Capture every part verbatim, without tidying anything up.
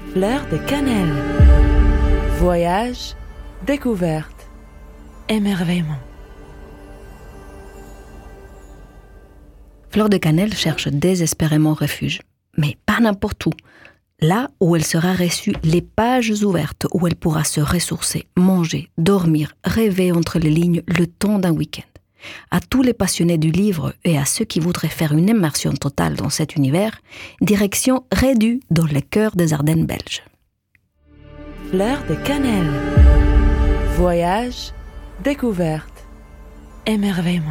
Fleur de cannelle. Voyage, découverte, émerveillement. Fleur de cannelle cherche désespérément refuge, mais pas n'importe où. Là où elle sera reçue, les pages ouvertes, où elle pourra se ressourcer, manger, dormir, rêver entre les lignes le temps d'un week-end. À tous les passionnés du livre et à ceux qui voudraient faire une immersion totale dans cet univers, direction Rédu dans le cœur des Ardennes belges. Fleur de cannelle. Voyage, découverte, émerveillement.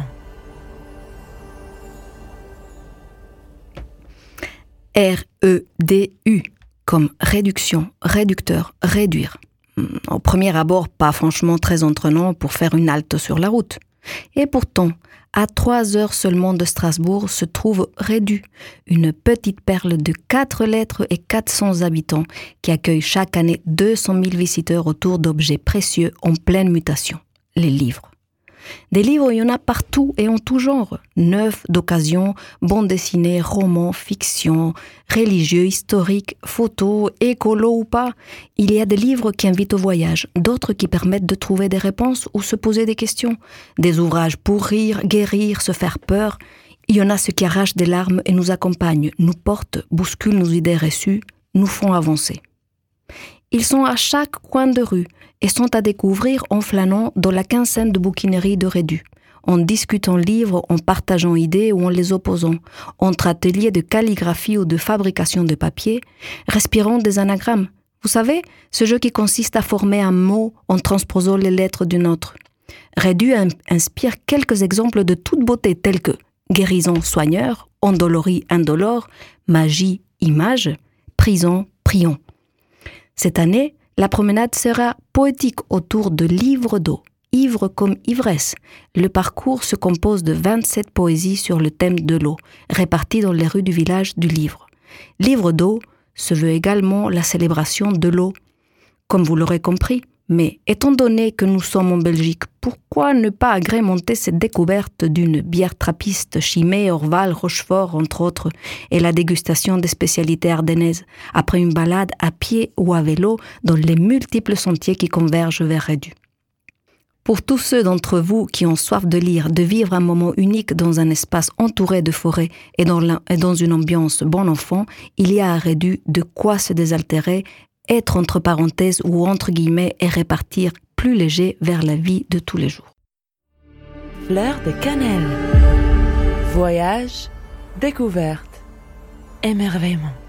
R E D U, comme réduction, réducteur, réduire. Au premier abord, pas franchement très entraînant pour faire une halte sur la route. Et pourtant, à trois heures seulement de Strasbourg se trouve Rédu, une petite perle de quatre lettres et quatre cents habitants qui accueille chaque année deux cent mille visiteurs autour d'objets précieux en pleine mutation, les livres. Des livres, il y en a partout et en tout genre, neufs, d'occasion, bandes dessinées, romans, fiction, religieux, historiques, photos, écolo ou pas. Il y a des livres qui invitent au voyage, d'autres qui permettent de trouver des réponses ou se poser des questions. Des ouvrages pour rire, guérir, se faire peur. Il y en a ceux qui arrachent des larmes et nous accompagnent, nous portent, bousculent nos idées reçues, nous font avancer. Ils sont à chaque coin de rue et sont à découvrir en flânant dans la quinzaine de bouquineries de Rédu, en discutant livres, en partageant idées ou en les opposant, entre ateliers de calligraphie ou de fabrication de papier, respirant des anagrammes. Vous savez, ce jeu qui consiste à former un mot en transposant les lettres d'une autre. Rédu inspire quelques exemples de toute beauté tels que guérison, soigneur, endolorie, indolore, magie, image, prison, prion. Cette année, la promenade sera poétique autour de livres d'eau, ivre comme ivresse. Le parcours se compose de vingt-sept poésies sur le thème de l'eau, réparties dans les rues du village du Livre. Livre d'eau se veut également la célébration de l'eau, comme vous l'aurez compris. Mais étant donné que nous sommes en Belgique, pourquoi ne pas agrémenter cette découverte d'une bière trappiste, Chimay, Orval, Rochefort, entre autres, et la dégustation des spécialités ardennaises, après une balade à pied ou à vélo dans les multiples sentiers qui convergent vers Rédu. Pour tous ceux d'entre vous qui ont soif de lire, de vivre un moment unique dans un espace entouré de forêts et dans, la, et dans une ambiance bon enfant, il y a à Rédu de quoi se désaltérer, être entre parenthèses ou entre guillemets et répartir plus léger vers la vie de tous les jours. Fleur de cannelle. Voyage, découverte, émerveillement.